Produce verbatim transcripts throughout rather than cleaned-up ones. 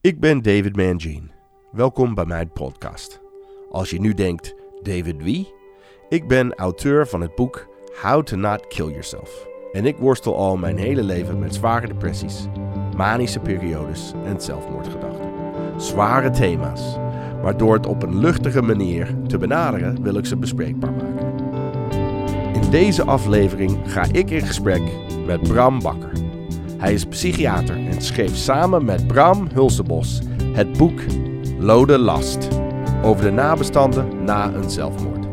Ik ben David Mangine. Welkom bij mijn podcast. Als je nu denkt, David wie? Ik ben auteur van het boek How to Not Kill Yourself. En ik worstel al mijn hele leven met zware depressies, manische periodes en zelfmoordgedachten. Zware thema's, maar door het op een luchtige manier te benaderen wil ik ze bespreekbaar maken. In deze aflevering ga ik in gesprek met Bram Bakker. Hij is psychiater en schreef samen met Bram Hulsebos het boek Lode Last over de nabestaanden na een zelfmoord.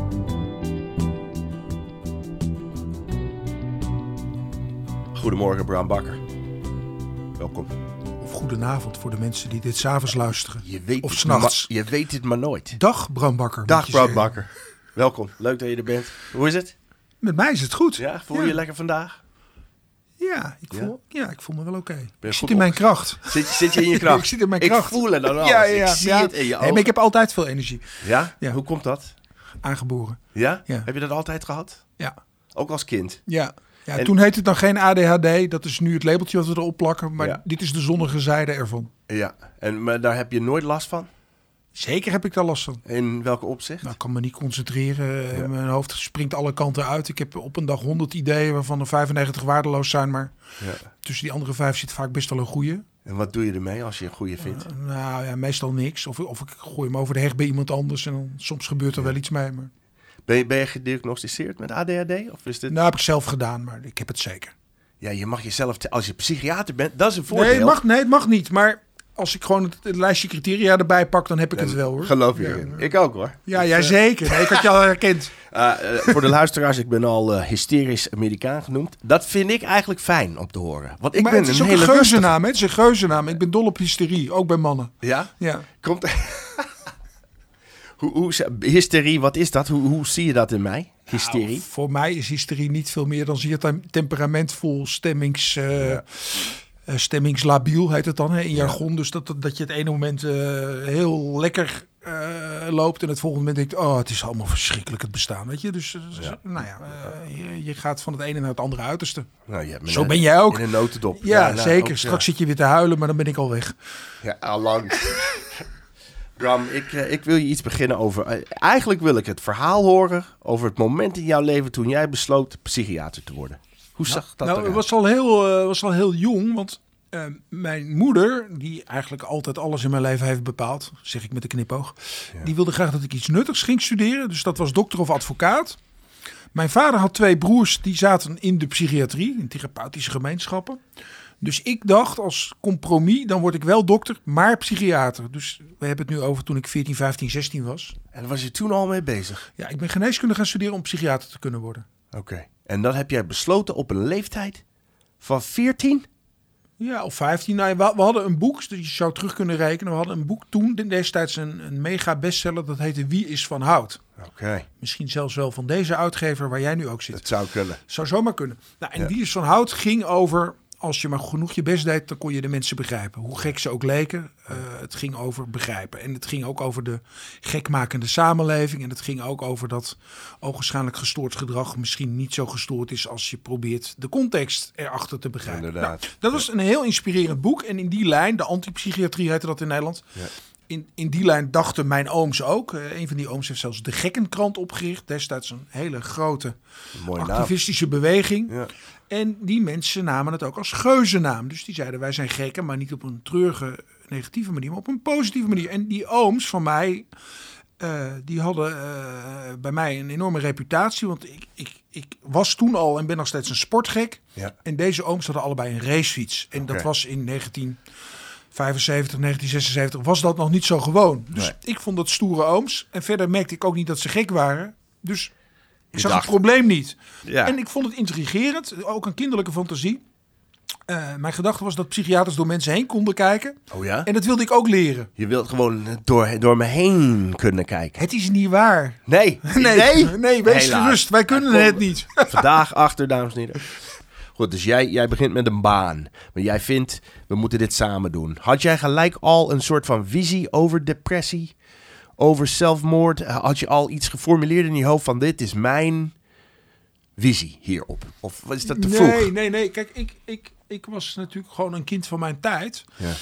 Goedemorgen Bram Bakker. Welkom. Of goedenavond voor de mensen die dit 's avonds luisteren. Je weet of het 's nachts. Ma- je weet het maar nooit. Dag Bram Bakker. Dag Bram Bakker. Welkom. Leuk dat je er bent. Hoe is het? Met mij is het goed. Ja, voel je ja. je lekker vandaag? Ja, ik voel, ja? Ja, ik voel me wel oké. Okay. Ik goed zit in mijn op... kracht. Zit, zit je in je kracht? Ik zit in mijn kracht. Ik voel het dan al. Ja, ja, ja. Ik zie ja. het in je ogen. Nee, maar ik heb altijd veel energie. Ja? Ja. Hoe komt dat? Aangeboren. Ja? Ja. Heb je dat altijd gehad? Ja. Ook als kind? Ja. Ja, en... Toen heette het dan geen A D H D. Dat is nu het labeltje wat we erop plakken. Maar ja. dit is de zonnige zijde ervan. Ja. En maar daar heb je nooit last van? Zeker heb ik daar last van. In welke opzicht? Nou, ik kan me niet concentreren. Ja. Mijn hoofd springt alle kanten uit. Ik heb op een dag honderd ideeën waarvan er vijfennegentig waardeloos zijn. Maar ja. tussen die andere vijf zit vaak best wel een goeie. En wat doe je ermee als je een goeie vindt? Uh, nou ja, meestal niks. Of, of ik gooi hem over de heg bij iemand anders. En dan, soms gebeurt er ja. wel iets mee. Maar... Ben, je, ben je gediagnosticeerd met A D H D? Of is dit... Nou, heb ik zelf gedaan, maar ik heb het zeker. Ja, je mag jezelf, te... als je psychiater bent, dat is een voordeel. Nee, het mag, nee, het mag niet. Maar als ik gewoon het, het lijstje criteria erbij pak, dan heb ik en het wel hoor. Geloof je ja, erin. Ik ook hoor. Ja, jij uh... zeker. Nee, ik had je al herkend. Uh, uh, voor de luisteraars, ik ben al uh, hysterisch Amerikaan genoemd. Dat vind ik eigenlijk fijn om te horen. Want ik maar ben het is een ook hele een geuzennaam. Het is een geuzennaam. Ik ben dol op hysterie, ook bij mannen. Ja? Ja. Komt... hoe, hoe, hysterie, wat is dat? Hoe, hoe zie je dat in mij? Hysterie? Nou, voor mij is hysterie niet veel meer dan zie je tem- temperamentvol, stemmings... Uh, ja. Uh, stemmingslabiel heet het dan hè, in jargon. Ja. Dus dat, dat je het ene moment uh, heel lekker uh, loopt en het volgende moment denkt, oh, het is allemaal verschrikkelijk het bestaan, weet je. Dus uh, ja. nou ja, uh, je, je gaat van het ene naar het andere uiterste. Nou, je Zo ben jij ook. In een notendop. Ja, ja nou, zeker. Ook, Straks ja. zit je weer te huilen, maar dan ben ik al weg. Ja, allang. Bram, ik, uh, ik wil je iets beginnen over... Uh, eigenlijk wil ik het verhaal horen over het moment in jouw leven toen jij besloot psychiater te worden. Hoe nou, zag dat nou, eruit? Het was al heel, uh, was al heel jong, want uh, mijn moeder, die eigenlijk altijd alles in mijn leven heeft bepaald, zeg ik met een knipoog, ja. die wilde graag dat ik iets nuttigs ging studeren. Dus dat was dokter of advocaat. Mijn vader had twee broers, die zaten in de psychiatrie, in therapeutische gemeenschappen. Dus ik dacht als compromis, dan word ik wel dokter, maar psychiater. Dus we hebben het nu over toen ik veertien, vijftien, zestien was. En was je toen al mee bezig? Ja, ik ben geneeskunde gaan studeren om psychiater te kunnen worden. Oké. Okay. En dat heb jij besloten op een leeftijd van veertien? Ja, of vijftien. Nou, we, we hadden een boek, dus je zou terug kunnen rekenen. We hadden een boek toen, destijds een, een mega bestseller, dat heette Wie is van Hout. Oké. Okay. Misschien zelfs wel van deze uitgever waar jij nu ook zit. Dat zou kunnen. Zou zomaar kunnen. Nou, en ja. Wie is van Hout ging over, als je maar genoeg je best deed, dan kon je de mensen begrijpen. Hoe gek ze ook leken, uh, het ging over begrijpen. En het ging ook over de gekmakende samenleving. En het ging ook over dat ogenschijnlijk gestoord gedrag misschien niet zo gestoord is als je probeert de context erachter te begrijpen. Inderdaad. Nou, dat was een heel inspirerend boek. En in die lijn, de antipsychiatrie heette dat in Nederland. Ja. In, in die lijn dachten mijn ooms ook. Uh, een van die ooms heeft zelfs de Gekkenkrant opgericht. Destijds een hele grote Mooie activistische naam. beweging. Ja. En die mensen namen het ook als geuzennaam. Dus die zeiden, wij zijn gekken, maar niet op een treurige, negatieve manier, maar op een positieve manier. En die ooms van mij, uh, die hadden uh, bij mij een enorme reputatie. Want ik, ik, ik was toen al en ben nog steeds een sportgek. Ja. En deze ooms hadden allebei een racefiets. En okay. dat was in negentien vijfenzeventig, negentien zesenzeventig, was dat nog niet zo gewoon. Dus nee. ik vond dat stoere ooms. En verder merkte ik ook niet dat ze gek waren. Dus... Ik zag dacht. het probleem niet. Ja. En ik vond het intrigerend. Ook een kinderlijke fantasie. Uh, mijn gedachte was dat psychiaters door mensen heen konden kijken. Oh ja? En dat wilde ik ook leren. Je wilt gewoon door, door me heen kunnen kijken. Het is niet waar. Nee. Nee, nee, nee wees Helaas. gerust. Wij kunnen het niet. Vandaag achter, dames en heren. Goed, dus jij, jij begint met een baan. Maar jij vindt, we moeten dit samen doen. Had jij gelijk al een soort van visie over depressie? Over zelfmoord? Had je al iets geformuleerd in je hoofd van dit is mijn visie hierop? Of is dat te vroeg? Nee, nee, nee. Kijk, ik, ik, ik was natuurlijk gewoon een kind van mijn tijd. Ja.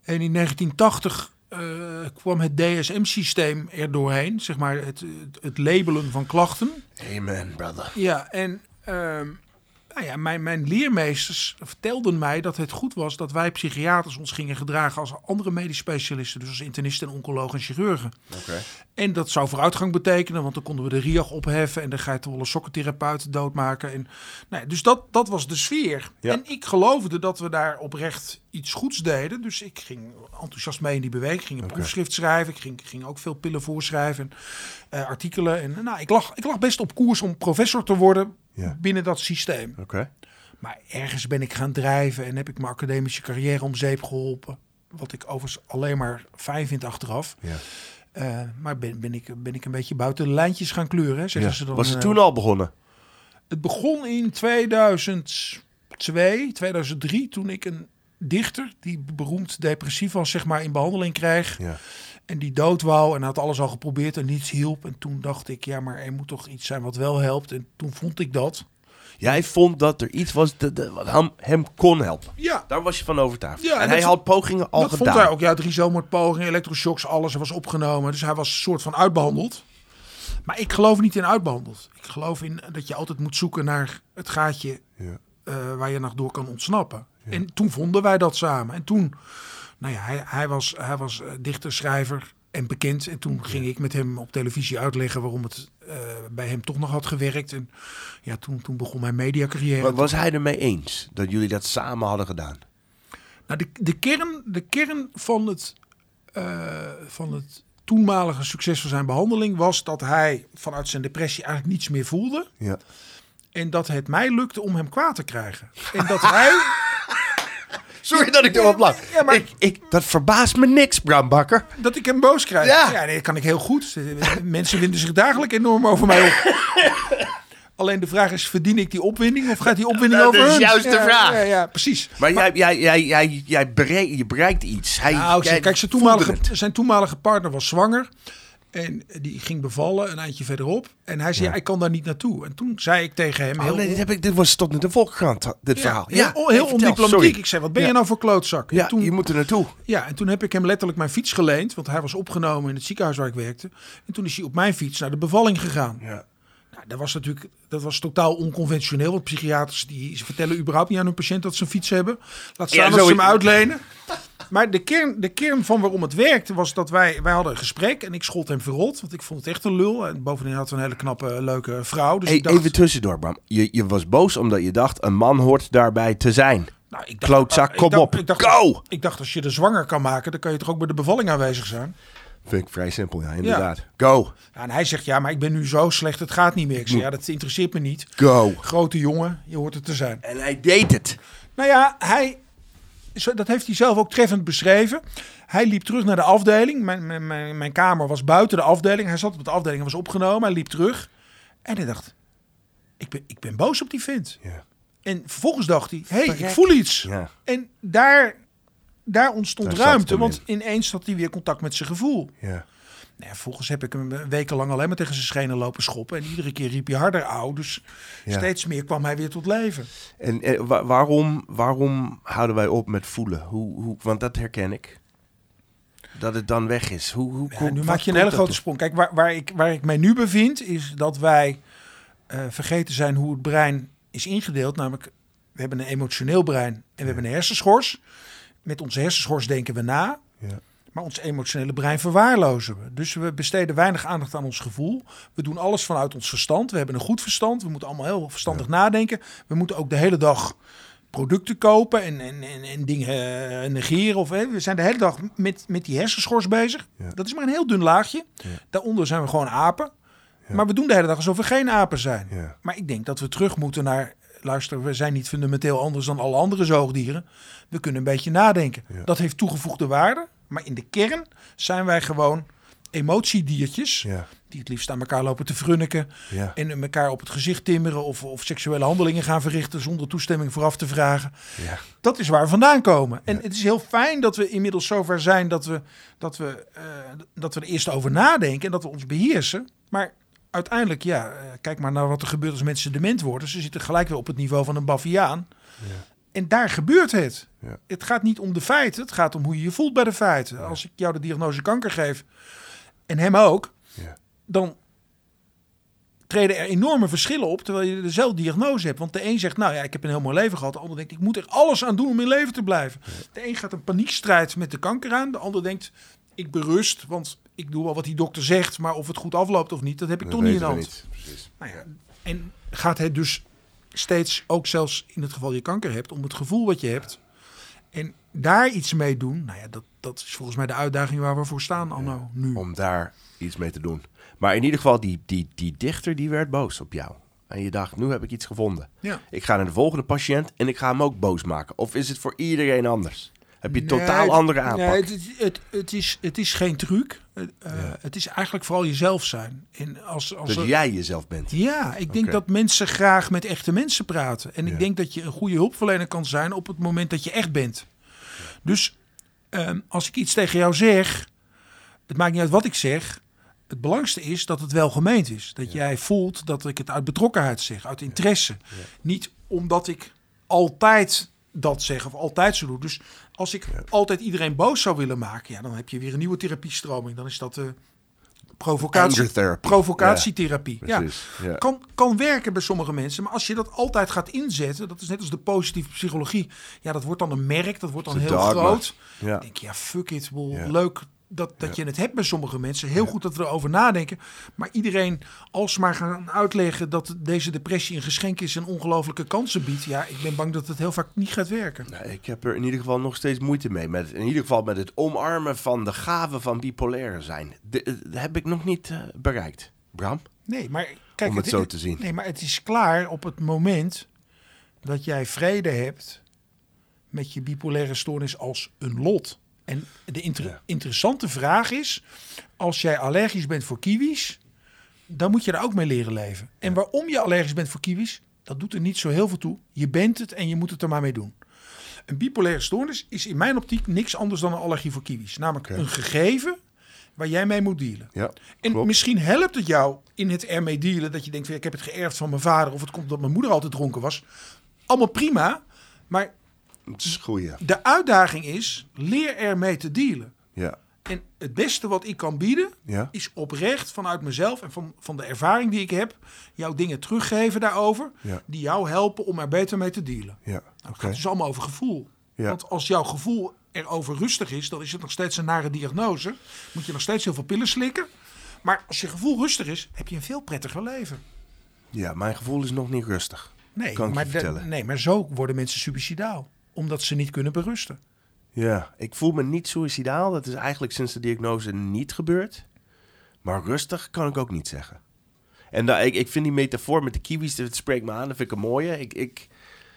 En in negentien tachtig uh, kwam het D S M-systeem er doorheen. Zeg maar het, het, het labelen van klachten. Amen, brother. Ja, en uh, nou ja, mijn, mijn leermeesters vertelden mij dat het goed was dat wij psychiaters ons gingen gedragen als andere medisch specialisten. Dus als internisten en oncologen en chirurgen. Okay. En dat zou vooruitgang betekenen, want dan konden we de R I A G opheffen en de geitenwolle sokkentherapeuten doodmaken. En, nou ja, dus dat, dat was de sfeer. Ja. En ik geloofde dat we daar oprecht iets goeds deden. Dus ik ging enthousiast mee in die beweging. Ik ging een okay. proefschrift schrijven. Ik ging, ging ook veel pillen voorschrijven. Uh, artikelen. En nou, ik lag, ik lag best op koers om professor te worden ja. binnen dat systeem. Okay. Maar ergens ben ik gaan drijven en heb ik mijn academische carrière om zeep geholpen. Wat ik overigens alleen maar fijn vind achteraf. Ja. Uh, maar ben, ben, ik, ben ik een beetje buiten de lijntjes gaan kleuren. Hè, zeggen ja. ze dan, Was het toen uh, al begonnen? Het begon in tweeduizend twee, tweeduizend drie, toen ik een dichter die beroemd depressief was, zeg maar, in behandeling kreeg. Ja. En die dood wou en had alles al geprobeerd en niets hielp. En toen dacht ik, ja, maar er moet toch iets zijn wat wel helpt. En toen vond ik dat. Jij vond dat er iets was dat, dat, wat hem, hem kon helpen. Ja. Daar was je van overtuigd. Ja, en, en hij dat, had pogingen al dat gedaan. Dat vond hij ook. Ja, drie zelfmoordpogingen, elektroshocks, alles. Hij was opgenomen. Dus hij was een soort van uitbehandeld. Maar ik geloof niet in uitbehandeld. Ik geloof in dat je altijd moet zoeken naar het gaatje ja. uh, waar je nog door kan ontsnappen. Ja. En toen vonden wij dat samen. En toen, nou ja, hij, hij was, hij was dichter, schrijver en bekend. En toen ging ja. ik met hem op televisie uitleggen waarom het uh, bij hem toch nog had gewerkt. En ja, toen, toen begon mijn mediacarrière. Maar was hij ermee eens dat jullie dat samen hadden gedaan? Nou, de, de, kern, de kern van het, uh, van het toenmalige succes van zijn behandeling was dat hij vanuit zijn depressie eigenlijk niets meer voelde. Ja. En dat het mij lukte om hem kwaad te krijgen. En dat hij... Sorry dat ik erop lach. Ja, maar... ik, ik, dat verbaast me niks, Bram Bakker. Dat ik hem boos krijg? Ja, ja nee, dat kan ik heel goed. Mensen winden zich dagelijks enorm over mij op. Alleen de vraag is, verdien ik die opwinding of gaat die opwinding dat over hun? Dat is juist de ja, vraag. Ja, ja, precies. Maar, maar jij, jij, jij, jij, jij bereikt, je bereikt iets. Hij, nou, jij kijk, zijn toenmalige, zijn toenmalige partner was zwanger. En die ging bevallen een eindje verderop. En hij zei, ja. ik kan daar niet naartoe. En toen zei ik tegen hem... Oh, heel nee, dit, heb ik, dit was tot met de Volkskrant, dit ja, verhaal. Ja, heel, heel ondiplomatiek. Ik zei, wat ben ja. je nou voor klootzak? Ja, toen, je moet er naartoe. Ja, en toen heb ik hem letterlijk mijn fiets geleend. Want hij was opgenomen in het ziekenhuis waar ik werkte. En toen is hij op mijn fiets naar de bevalling gegaan. Ja. Nou, dat was natuurlijk dat was totaal onconventioneel. Want psychiaters die ze vertellen überhaupt niet aan hun patiënt dat ze een fiets hebben. Laat staan ja, dat ze hem uitlenen. Maar de kern, de kern van waarom het werkte was dat wij, wij hadden een gesprek en ik schold hem verrot. Want ik vond het echt een lul. En bovendien had hij een hele knappe, leuke vrouw. Dus hey, ik dacht, even tussendoor, Bram. Je, je was boos omdat je dacht, een man hoort daarbij te zijn. Nou, ik dacht, Klootzak, uh, kom ik dacht, op, ik dacht, go! Ik dacht, als je er zwanger kan maken, dan kan je toch ook bij de bevalling aanwezig zijn? Vind ik vrij simpel, ja, inderdaad. Ja. Go! Ja, en hij zegt, ja, maar ik ben nu zo slecht, het gaat niet meer. Ik zeg, ja, dat interesseert me niet. Go! Grote jongen, je hoort het te zijn. En hij deed het. Nou ja, hij... Dat heeft hij zelf ook treffend beschreven. Hij liep terug naar de afdeling. Mijn, mijn, mijn, mijn kamer was buiten de afdeling. Hij zat op de afdeling en was opgenomen. Hij liep terug. En hij dacht, ik ben, ik ben boos op die vent. Ja. En vervolgens dacht hij, hé, hey, ik voel iets. Ja. En daar, daar ontstond daar ruimte. Want in. ineens had hij weer contact met zijn gevoel. Ja. Nou ja, volgens heb ik hem wekenlang alleen maar tegen zijn schenen lopen schoppen. En iedere keer riep hij harder auw. Dus ja. steeds meer kwam hij weer tot leven. En, en wa- waarom, waarom houden wij op met voelen? Hoe, hoe, want dat herken ik. Dat het dan weg is. Hoe, hoe, ja, nu maak je een hele grote toe? sprong. Kijk, waar, waar, ik, waar ik mij nu bevind is dat wij uh, vergeten zijn hoe het brein is ingedeeld. Namelijk, we hebben een emotioneel brein en we ja. hebben een hersenschors. Met onze hersenschors denken we na. Ja. Maar ons emotionele brein verwaarlozen we. Dus we besteden weinig aandacht aan ons gevoel. We doen alles vanuit ons verstand. We hebben een goed verstand. We moeten allemaal heel verstandig ja. nadenken. We moeten ook de hele dag producten kopen en, en, en, en dingen negeren. Of, hè. We zijn de hele dag met, met die hersenschors bezig. Ja. Dat is maar een heel dun laagje. Ja. Daaronder zijn we gewoon apen. Ja. Maar we doen de hele dag alsof we geen apen zijn. Ja. Maar ik denk dat we terug moeten naar... Luister, we zijn niet fundamenteel anders dan alle andere zoogdieren. We kunnen een beetje nadenken. Ja. Dat heeft toegevoegde waarde. Maar in de kern zijn wij gewoon emotiediertjes. Ja. Die het liefst aan elkaar lopen te frunniken. Ja. En elkaar op het gezicht timmeren. Of, of seksuele handelingen gaan verrichten zonder toestemming vooraf te vragen. Ja. Dat is waar we vandaan komen. En ja. het is heel fijn dat we inmiddels zover zijn dat we, dat, we, uh, dat we er eerst over nadenken. En dat we ons beheersen. Maar uiteindelijk, ja, kijk maar naar wat er gebeurt als mensen dement worden. Ze zitten gelijk weer op het niveau van een baviaan. Ja. en daar gebeurt het. Ja. Het gaat niet om de feiten. Het gaat om hoe je je voelt bij de feiten. Ja. Als ik jou de diagnose kanker geef en hem ook, ja. dan treden er enorme verschillen op terwijl je dezelfde diagnose hebt. Want de een zegt, nou ja, ik heb een heel mooi leven gehad. De ander denkt, ik moet er alles aan doen om in leven te blijven. Ja. De een gaat een paniekstrijd met de kanker aan. De ander denkt, ik berust, want ik doe wel wat die dokter zegt, maar of het goed afloopt of niet, dat heb ik dat toch niet in de hand. Niet. Precies. Nou ja, en gaat het dus steeds, ook zelfs in het geval je kanker hebt, om het gevoel wat je hebt. En daar iets mee doen, nou ja, dat, dat is volgens mij de uitdaging waar we voor staan anno ja, nu. Om daar iets mee te doen. Maar in ieder geval, die, die, die dichter die werd boos op jou. En je dacht, nu heb ik iets gevonden. Ja. Ik ga naar de volgende patiënt en ik ga hem ook boos maken. Of is het voor iedereen anders? Heb je een nee, totaal andere aanpak? Nee, het, het, het, is, het is geen truc. Uh, ja. Het is eigenlijk vooral jezelf zijn. En als, als dus er, jij jezelf bent? Ja, ik denk okay. dat mensen graag met echte mensen praten. En ja. ik denk dat je een goede hulpverlener kan zijn op het moment dat je echt bent. Ja. Dus um, als ik iets tegen jou zeg, het maakt niet uit wat ik zeg. Het belangrijkste is dat het wel gemeend is. Dat ja. jij voelt dat ik het uit betrokkenheid zeg, uit interesse. Ja. Ja. Niet omdat ik altijd dat zeg of altijd zo doe. Dus als ik ja. altijd iedereen boos zou willen maken, ja, dan heb je weer een nieuwe therapiestroming. Dan is dat de provocatie, provocatietherapie. Ja, ja. Ja. Kan, kan werken bij sommige mensen, maar als je dat altijd gaat inzetten, dat is net als de positieve psychologie. Ja, dat wordt dan een merk, dat wordt dan heel dogma. groot. Ja. Dan denk je, ja, fuck it, wel ja. leuk dat, dat ja. je het hebt bij sommige mensen. Heel ja. goed dat we erover nadenken. Maar iedereen alsmaar gaan uitleggen dat deze depressie een geschenk is en ongelooflijke kansen biedt. Ja, ik ben bang dat het heel vaak niet gaat werken. Nee, ik heb er in ieder geval nog steeds moeite mee. Met, in ieder geval met het omarmen van de gave van bipolair zijn. De, dat heb ik nog niet uh, bereikt. Bram? Nee, maar kijk, om het, het zo te zien. Nee, maar het is klaar op het moment dat jij vrede hebt met je bipolaire stoornis als een lot. En de inter- ja. interessante vraag is, als jij allergisch bent voor kiwis, dan moet je daar ook mee leren leven. En ja. waarom je allergisch bent voor kiwis, dat doet er niet zo heel veel toe. Je bent het en je moet het er maar mee doen. Een bipolaire stoornis is in mijn optiek niks anders dan een allergie voor kiwis. Namelijk okay. een gegeven waar jij mee moet dealen. Ja, en klopt. Misschien helpt het jou in het ermee dealen dat je denkt, ik heb het geërfd van mijn vader of het komt omdat mijn moeder altijd dronken was. Allemaal prima, maar de uitdaging is, leer ermee te dealen. Ja. En het beste wat ik kan bieden, ja. is oprecht vanuit mezelf en van, van de ervaring die ik heb, jou dingen teruggeven daarover, ja. die jou helpen om er beter mee te dealen. Ja. Nou, het okay. gaat dus allemaal over gevoel. Ja. Want als jouw gevoel erover rustig is, dan is het nog steeds een nare diagnose. Moet je nog steeds heel veel pillen slikken. Maar als je gevoel rustig is, heb je een veel prettiger leven. Ja, mijn gevoel is nog niet rustig. Nee, kan ik maar, je vertellen. De, nee maar zo worden mensen suïcidaal. Omdat ze niet kunnen berusten. Ja, ik voel me niet suïcidaal. Dat is eigenlijk sinds de diagnose niet gebeurd. Maar rustig kan ik ook niet zeggen. En da, ik, ik vind die metafoor met de kiwis, dat spreekt me aan. Dat vind ik een mooie. Ik, ik,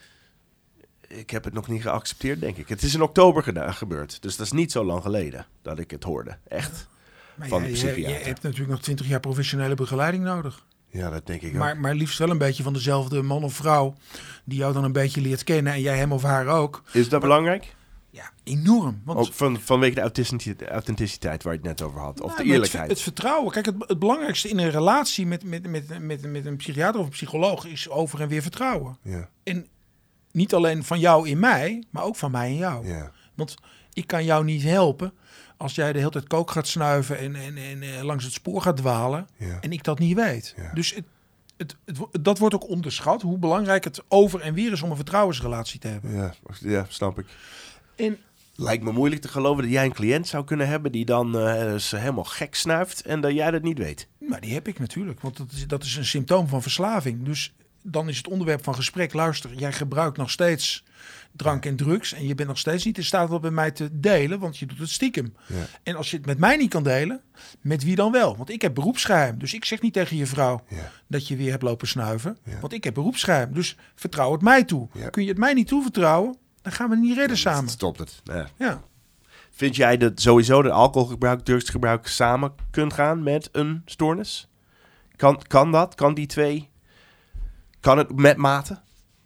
ik heb het nog niet geaccepteerd, denk ik. Het is in oktober geda- gebeurd. Dus dat is niet zo lang geleden dat ik het hoorde. Echt. Maar van ja, de psychiater. Je, je hebt natuurlijk nog twintig jaar professionele begeleiding nodig. Ja, dat denk ik maar, ook. Maar liefst wel een beetje van dezelfde man of vrouw die jou dan een beetje leert kennen en jij hem of haar ook. Is dat maar, belangrijk? Ja, enorm. Want, ook van, vanwege de authenticiteit, authenticiteit waar je het net over had. Of nou, de eerlijkheid. Het, het vertrouwen. Kijk, het, het belangrijkste in een relatie met, met, met, met, met een psychiater of een psycholoog is over en weer vertrouwen. Ja. En niet alleen van jou in mij, maar ook van mij in jou. Ja. Want ik kan jou niet helpen als jij de hele tijd kook gaat snuiven en, en, en, en langs het spoor gaat dwalen ja. en ik dat niet weet. Ja. Dus het, het, het, het, dat wordt ook onderschat, hoe belangrijk het over en weer is om een vertrouwensrelatie te hebben. Ja, ja snap ik. En lijkt me moeilijk te geloven dat jij een cliënt zou kunnen hebben die dan uh, helemaal gek snuift en dat jij dat niet weet. Nou, die heb ik natuurlijk, want dat is, dat is een symptoom van verslaving. Dus dan is het onderwerp van gesprek, luister, jij gebruikt nog steeds drank en drugs en je bent nog steeds niet in staat dat bij mij te delen, want je doet het stiekem. Ja. En als je het met mij niet kan delen, met wie dan wel? Want ik heb beroepsgeheim, dus ik zeg niet tegen je vrouw ja. dat je weer hebt lopen snuiven, ja. want ik heb beroepsgeheim, dus vertrouw het mij toe. Ja. Kun je het mij niet toevertrouwen, dan gaan we het niet redden ja, samen. Stopt het. Ja. Ja. Vind jij dat sowieso de alcoholgebruik, drugsgebruik samen kunt gaan met een stoornis? Kan, kan dat? Kan die twee? Kan het met mate?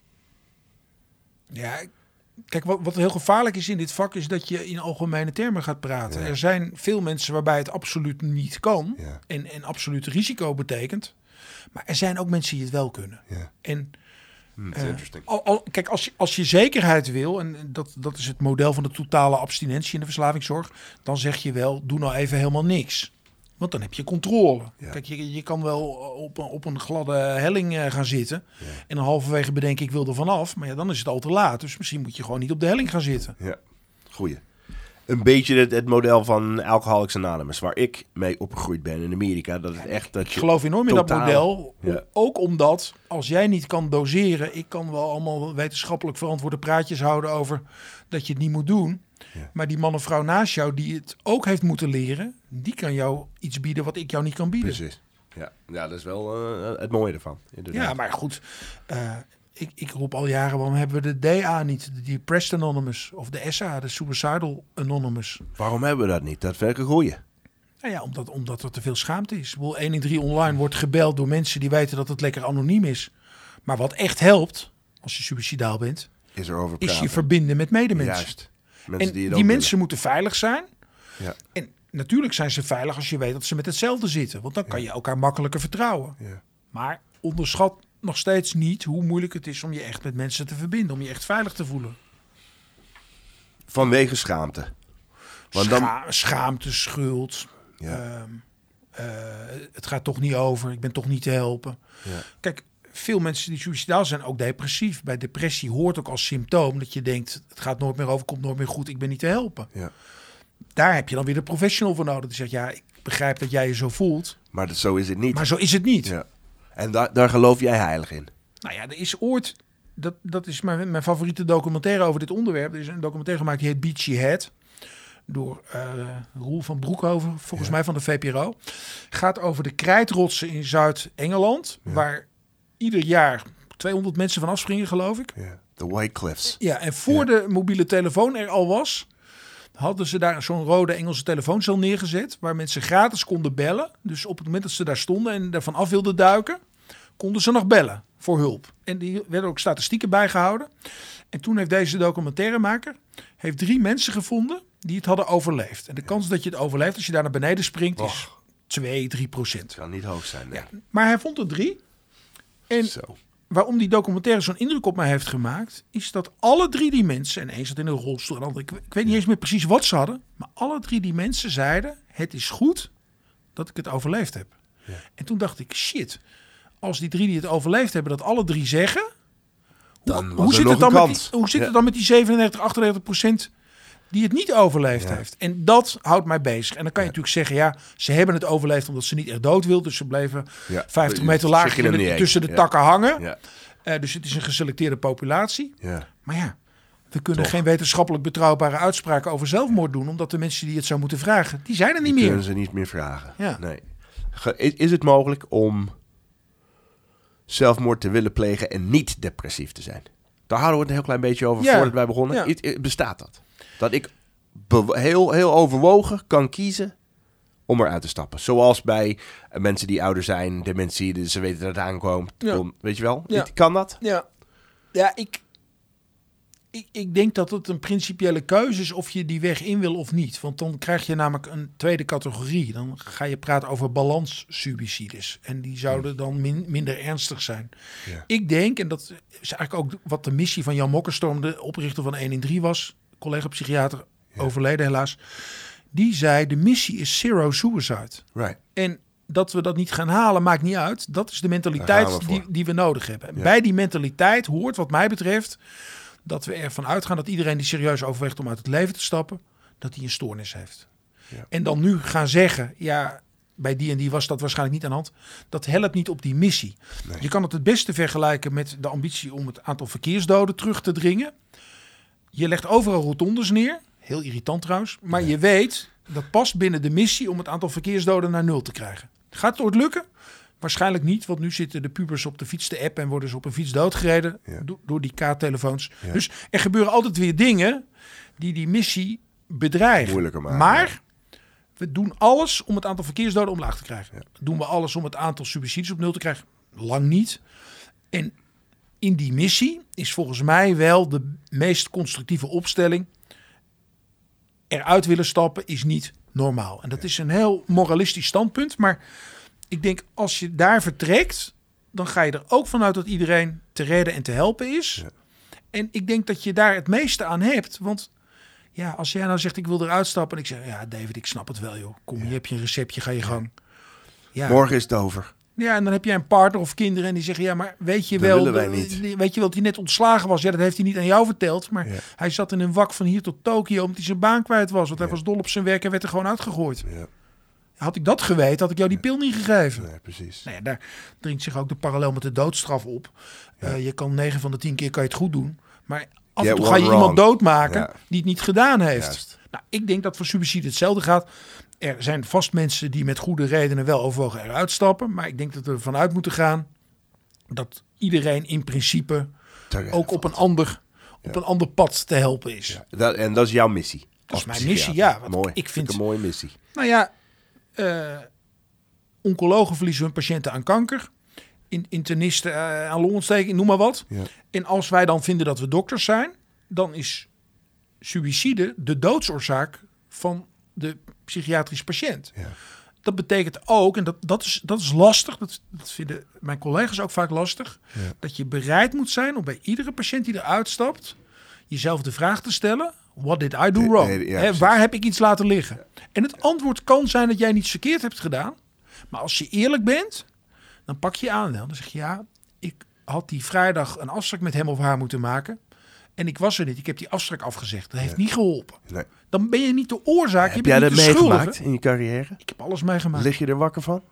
Ja, kijk, wat, wat heel gevaarlijk is in dit vak is dat je in algemene termen gaat praten. Ja. Er zijn veel mensen waarbij het absoluut niet kan ja. en, en absoluut risico betekent. Maar er zijn ook mensen die het wel kunnen. Ja. En Hmm, that's interesting. Uh, al, al, kijk, als je, als je zekerheid wil, en dat, dat is het model van de totale abstinentie in de verslavingszorg, dan zeg je wel, doe nou even helemaal niks. Want dan heb je controle. Ja. Kijk, je, je kan wel op, op een gladde helling uh, gaan zitten. Ja. En dan halverwege bedenken, ik wil er vanaf. Maar ja, dan is het al te laat. Dus misschien moet je gewoon niet op de helling gaan zitten. Ja, goeie. Een beetje het, het model van Alcoholics Anonymous, waar ik mee opgegroeid ben in Amerika. Dat het echt dat ik geloof enorm in totaal... dat model. Ja. Ook omdat, als jij niet kan doseren, ik kan wel allemaal wetenschappelijk verantwoorde praatjes houden over dat je het niet moet doen. Ja. Maar die man of vrouw naast jou die het ook heeft moeten leren, die kan jou iets bieden wat ik jou niet kan bieden. Precies. Ja, ja dat is wel uh, het mooie ervan. Inderdaad. Ja, maar goed. Uh, ik, ik roep al jaren, waarom hebben we de D A niet? De Depressed Anonymous of de S A, de Suicidal Anonymous. Waarom hebben we dat niet? Dat werkt een goeie. Nou ja, omdat, omdat er te veel schaamte is. één in drie online wordt gebeld door mensen die weten dat het lekker anoniem is. Maar wat echt helpt, als je suicidaal bent, is, er is je verbinden met medemensen. Juist. Mensen en die, die mensen willen. moeten veilig zijn. Ja. En natuurlijk zijn ze veilig als je weet dat ze met hetzelfde zitten. Want dan kan ja. je elkaar makkelijker vertrouwen. Ja. Maar onderschat nog steeds niet hoe moeilijk het is om je echt met mensen te verbinden. Om je echt veilig te voelen. Vanwege schaamte. Want dan... Scha- schaamte, schuld. Ja. Uh, uh, het gaat toch niet over. Ik ben toch niet te helpen. Ja. Kijk, veel mensen die suicidaal zijn ook depressief. Bij depressie hoort ook als symptoom dat je denkt, het gaat nooit meer over, komt nooit meer goed, ik ben niet te helpen. Ja. Daar heb je dan weer de professional voor nodig. Die zegt, ja, ik begrijp dat jij je zo voelt. Maar dat, zo is het niet. Maar zo is het niet. Ja. En da- daar geloof jij heilig in? Nou ja, er is ooit, dat, dat is mijn, mijn favoriete documentaire over dit onderwerp. Er is een documentaire gemaakt die heet Beachy Head. Door uh, Roel van Broekhoven, volgens ja. mij van de V P R O. Gaat over de krijtrotsen in Zuid-Engeland. Ja. Waar ieder jaar tweehonderd mensen van afspringen, geloof ik. Ja, de White Cliffs. Ja, en voor ja. de mobiele telefoon er al was, hadden ze daar zo'n rode Engelse telefooncel neergezet, waar mensen gratis konden bellen. Dus op het moment dat ze daar stonden en ervan af wilden duiken, konden ze nog bellen voor hulp. En die werden ook statistieken bijgehouden. En toen heeft deze documentairemaker heeft drie mensen gevonden die het hadden overleefd. En de kans dat je het overleeft als je daar naar beneden springt is Och. twee, drie procent. Het kan niet hoog zijn, nee. Ja, maar hij vond er drie. En Zo. waarom die documentaire zo'n indruk op mij heeft gemaakt, is dat alle drie die mensen, en één zat in een rolstoel, en andere, ik, ik weet niet eens meer precies wat ze hadden, maar alle drie die mensen zeiden, het is goed dat ik het overleefd heb. Ja. En toen dacht ik, shit, als die drie die het overleefd hebben, dat alle drie zeggen, dan hoe, hoe zit, het dan, met die, hoe zit ja. het dan met die zevenennegentig, achtennegentig procent die het niet overleefd ja. heeft? En dat houdt mij bezig. En dan kan je ja. natuurlijk zeggen, ja, ze hebben het overleefd omdat ze niet echt dood wilden. Dus ze bleven ja. vijftig meter laag in de, tussen de ja. takken hangen. Ja. Uh, dus het is een geselecteerde populatie. Ja. Maar ja, we kunnen Toch. geen wetenschappelijk betrouwbare uitspraken over zelfmoord doen, omdat de mensen die het zo moeten vragen, die zijn er niet die meer. kunnen ze niet meer vragen. Ja. Nee. Is, is het mogelijk om zelfmoord te willen plegen en niet depressief te zijn? Daar hadden we het een heel klein beetje over ja. voordat wij begonnen. Ja. I- I- bestaat dat? Dat ik be- heel, heel overwogen kan kiezen om eruit te stappen. Zoals bij uh, mensen die ouder zijn, dementie, dus ze weten dat het aankomt. Ja. Om, weet je wel? Ja. Kan dat? Ja, ja ik, ik, ik denk dat het een principiële keuze is of je die weg in wil of niet. Want dan krijg je namelijk een tweede categorie. Dan ga je praten over balanssuicides. En die zouden dan min, minder ernstig zijn. Ja. Ik denk, en dat is eigenlijk ook wat de missie van Jan Mokkerstorm, de oprichter van één in drie was, collega-psychiater, ja. overleden helaas. Die zei, de missie is zero suicide. Right. En dat we dat niet gaan halen, maakt niet uit. Dat is de mentaliteit die, die we nodig hebben. Ja. Bij die mentaliteit hoort, wat mij betreft, dat we ervan uitgaan dat iedereen die serieus overweegt om uit het leven te stappen, dat hij een stoornis heeft. Ja. En dan nu gaan zeggen, ja, bij die en die was dat waarschijnlijk niet aan de hand. Dat helpt niet op die missie. Nee. Je kan het het beste vergelijken met de ambitie om het aantal verkeersdoden terug te dringen. Je legt overal rotondes neer. Heel irritant trouwens. Maar nee. je weet, dat past binnen de missie om het aantal verkeersdoden naar nul te krijgen. Gaat het ooit lukken? Waarschijnlijk niet, want nu zitten de pubers op de fiets te app en worden ze op een fiets doodgereden ja. do- door die kaarttelefoons. Ja. Dus er gebeuren altijd weer dingen die die missie bedreigen. Moeilijker maken. Maar ja. we doen alles om het aantal verkeersdoden omlaag te krijgen. Ja. Doen we alles om het aantal suicides op nul te krijgen? Lang niet. En in die missie is volgens mij wel de meest constructieve opstelling. Eruit willen stappen is niet normaal. En dat ja. is een heel moralistisch standpunt, maar ik denk, als je daar vertrekt, dan ga je er ook vanuit dat iedereen te redden en te helpen is. Ja. En ik denk dat je daar het meeste aan hebt. Want ja, als jij nou zegt, ik wil eruit stappen. En ik zeg, ja David, ik snap het wel joh. Kom, ja. je hebt je een receptje, ga je gang. Ja. Morgen is het over. Ja, en dan heb jij een partner of kinderen en die zeggen, ja, maar weet je wel, dat willen wij niet. Weet je wel dat hij net ontslagen was? Ja, dat heeft hij niet aan jou verteld. Maar ja. hij zat in een wak van hier tot Tokio omdat hij zijn baan kwijt was. Want hij ja. was dol op zijn werk en werd er gewoon uitgegooid. Ja. Had ik dat geweten, had ik jou die pil niet gegeven. Nee, precies. Nou ja, daar dringt zich ook de parallel met de doodstraf op. Ja. Uh, je kan negen van de tien keer kan je het goed doen. Maar af en toe ga je wrong. iemand doodmaken ja. die het niet gedaan heeft. Juist. Nou, ik denk dat voor suïcide hetzelfde gaat. Er zijn vast mensen die met goede redenen wel overwogen eruit stappen. Maar ik denk dat we ervan uit moeten gaan dat iedereen in principe Terecht. ook op een ander, op ja. een ander pad te helpen is. Ja. Dat, en dat is jouw missie. Dat is mijn missie, ja. Mooi. Ik vind een mooie missie. Nou ja, uh, oncologen verliezen hun patiënten aan kanker. In, internisten uh, aan longontsteking, noem maar wat. Ja. En als wij dan vinden dat we dokters zijn, dan is suïcide de doodsoorzaak van de psychiatrische patiënt. Ja. Dat betekent ook, en dat, dat, is, dat is lastig, dat, dat vinden mijn collega's ook vaak lastig, ja. dat je bereid moet zijn om bij iedere patiënt die eruit stapt, jezelf de vraag te stellen, what did I do wrong? Nee, ja, He, waar heb ik iets laten liggen? Ja. En het antwoord kan zijn dat jij niets verkeerd hebt gedaan, maar als je eerlijk bent, dan pak je aan. Dan zeg je, ja, ik had die vrijdag een afspraak met hem of haar moeten maken. En ik was er niet. Ik heb die afspraak afgezegd. Dat heeft ja. niet geholpen. Nee. Dan ben je niet de oorzaak. Heb je jij bent dat niet meegemaakt in je carrière? Ik heb alles meegemaakt. Lig je er wakker van?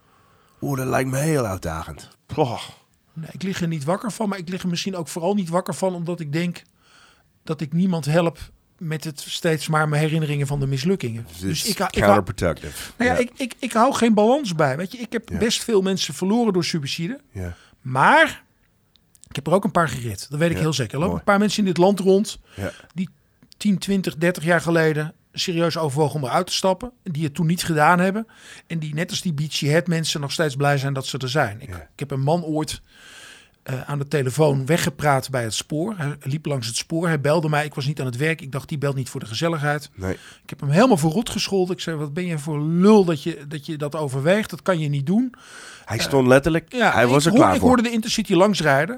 Oeh, dat lijkt me heel uitdagend. Oh. Nee, ik lig er niet wakker van. Maar ik lig er misschien ook vooral niet wakker van. Omdat ik denk dat ik niemand help met het steeds maar mijn herinneringen van de mislukkingen. Dus, dus ik, ik counterproductive. Nou ja, ja. Ik, ik, ik hou geen balans bij. Weet je, ik heb ja. best veel mensen verloren door suïcide. Ja. Maar ik heb er ook een paar gered. Dat weet ik ja. heel zeker. Er lopen een paar mensen in dit land rond ja. die tien, twintig, dertig jaar geleden serieus overwogen om eruit te stappen. Die het toen niet gedaan hebben. En die net als die Beachy Head mensen nog steeds blij zijn dat ze er zijn. Ik, ja. ik heb een man ooit uh, aan de telefoon weggepraat bij het spoor. Hij liep langs het spoor. Hij belde mij. Ik was niet aan het werk. Ik dacht, die belt niet voor de gezelligheid. Nee. Ik heb hem helemaal voor rot gescholden. Ik zei, wat ben je voor lul dat je dat, je dat overweegt? Dat kan je niet doen. Hij stond letterlijk, uh, ja, hij was er hoor, klaar ik voor. Ik hoorde de Intercity langsrijden.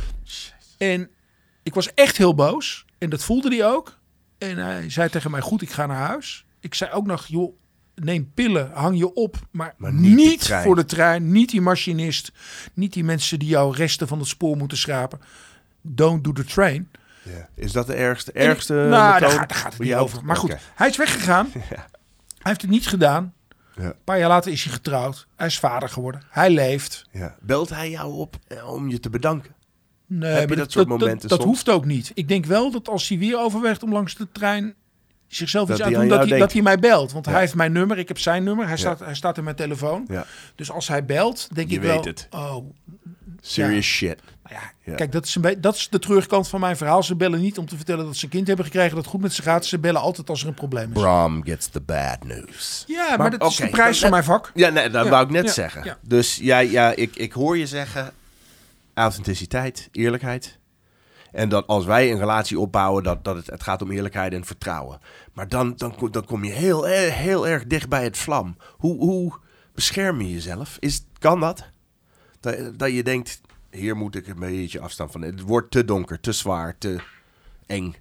En ik was echt heel boos. En dat voelde hij ook. En hij zei tegen mij, goed, ik ga naar huis. Ik zei ook nog, joh, neem pillen, hang je op. Maar, maar niet, niet de voor de trein, niet die machinist. Niet die mensen die jouw resten van het spoor moeten schrapen. Don't do the train. Yeah. Is dat de ergste, ergste en, nou, daar gaat, daar gaat het niet over. Maar goed, okay. Hij is weggegaan. Ja. Hij heeft het niet gedaan. Ja. Een paar jaar later is hij getrouwd. Hij is vader geworden. Hij leeft. Ja. Belt hij jou op om je te bedanken? Nee, Heb je dat, dat soort dat, momenten dat, dat hoeft ook niet. Ik denk wel dat als hij weer overweegt om langs de trein zichzelf dat iets aan te doen, dat hij, dat hij mij belt. Want ja. hij heeft mijn nummer, ik heb zijn nummer. Hij, ja. staat, hij staat in mijn telefoon. Ja. Dus als hij belt, denk je ik weet wel... Het. Oh, serious ja. shit. Nou ja, ja. Kijk, dat is, een be- dat is de treurkant van mijn verhaal. Ze bellen niet om te vertellen dat ze een kind hebben gekregen, dat het goed met ze gaat. Ze bellen altijd als er een probleem is. Bram gets the bad news. Ja, maar, maar dat okay, is de prijs dan, van mijn vak. Ja, nee, dat ja. wou ik net ja. zeggen. Ja. Dus ja, ja ik, ik hoor je zeggen, authenticiteit, eerlijkheid. En dat als wij een relatie opbouwen, dat, dat het, het gaat om eerlijkheid en vertrouwen. Maar dan, dan, dan kom je heel, heel erg dicht bij het vlam. Hoe, hoe bescherm je jezelf? Is, kan dat? dat? Dat je denkt, hier moet ik een beetje afstand van. Het wordt te donker, te zwaar, te eng.